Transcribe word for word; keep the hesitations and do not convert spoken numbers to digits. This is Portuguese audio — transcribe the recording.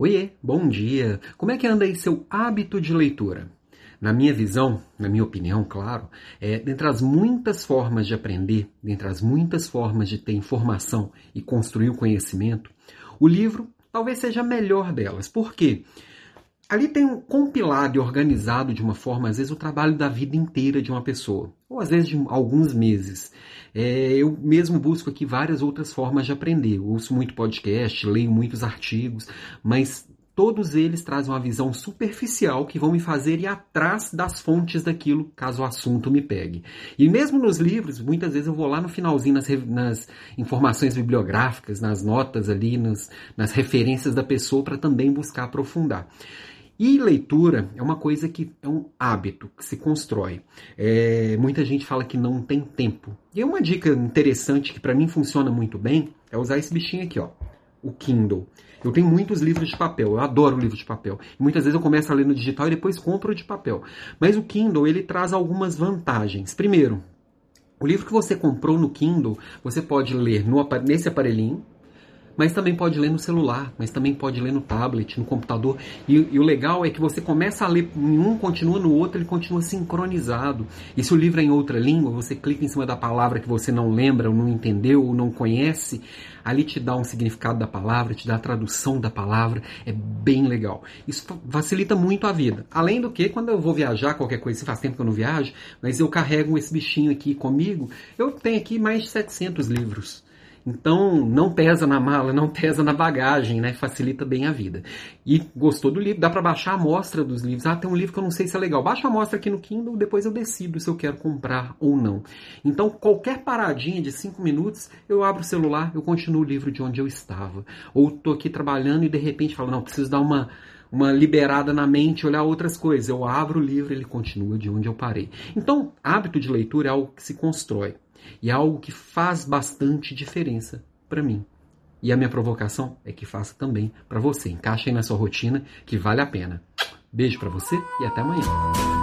Oiê, bom dia! Como é que anda aí seu hábito de leitura? Na minha visão, na minha opinião, claro, é, dentre as muitas formas de aprender, dentre as muitas formas de ter informação e construir o conhecimento, o livro talvez seja a melhor delas. Por quê? Ali tem um compilado e organizado de uma forma, às vezes, o trabalho da vida inteira de uma pessoa, ou às vezes de alguns meses. É, eu mesmo busco aqui várias outras formas de aprender. Eu ouço muito podcast, leio muitos artigos, mas todos eles trazem uma visão superficial que vão me fazer ir atrás das fontes daquilo, caso o assunto me pegue. E mesmo nos livros, muitas vezes eu vou lá no finalzinho nas, nas informações bibliográficas, nas notas ali, nas, nas referências da pessoa para também buscar aprofundar. E leitura é uma coisa que é um hábito que se constrói. É, muita gente fala que não tem tempo. E uma dica interessante que para mim funciona muito bem é usar esse bichinho aqui, ó, o Kindle. Eu tenho muitos livros de papel, eu adoro livro de papel. Muitas vezes eu começo a ler no digital e depois compro o de papel. Mas o Kindle, ele traz algumas vantagens. Primeiro, o livro que você comprou no Kindle, você pode ler no, nesse aparelhinho, mas também pode ler no celular, mas também pode ler no tablet, no computador. E, e o legal é que você começa a ler em um, continua no outro, ele continua sincronizado. E se o livro é em outra língua, você clica em cima da palavra que você não lembra, ou não entendeu, ou não conhece, ali te dá um significado da palavra, te dá a tradução da palavra. É bem legal. Isso facilita muito a vida. Além do que, quando eu vou viajar, qualquer coisa, se faz tempo que eu não viajo, mas eu carrego esse bichinho aqui comigo, eu tenho aqui mais de setecentos livros. Então, não pesa na mala, não pesa na bagagem, né? Facilita bem a vida. E gostou do livro? Dá para baixar a amostra dos livros. Ah, tem um livro que eu não sei se é legal. Baixa a amostra aqui no Kindle, depois eu decido se eu quero comprar ou não. Então, qualquer paradinha de cinco minutos, eu abro o celular, eu continuo o livro de onde eu estava. Ou estou aqui trabalhando e de repente falo, não, preciso dar uma... uma liberada na mente, olhar outras coisas. Eu abro o livro e ele continua de onde eu parei. Então, hábito de leitura é algo que se constrói. E é algo que faz bastante diferença para mim. E a minha provocação é que faça também para você. Encaixe aí na sua rotina que vale a pena. Beijo para você e até amanhã.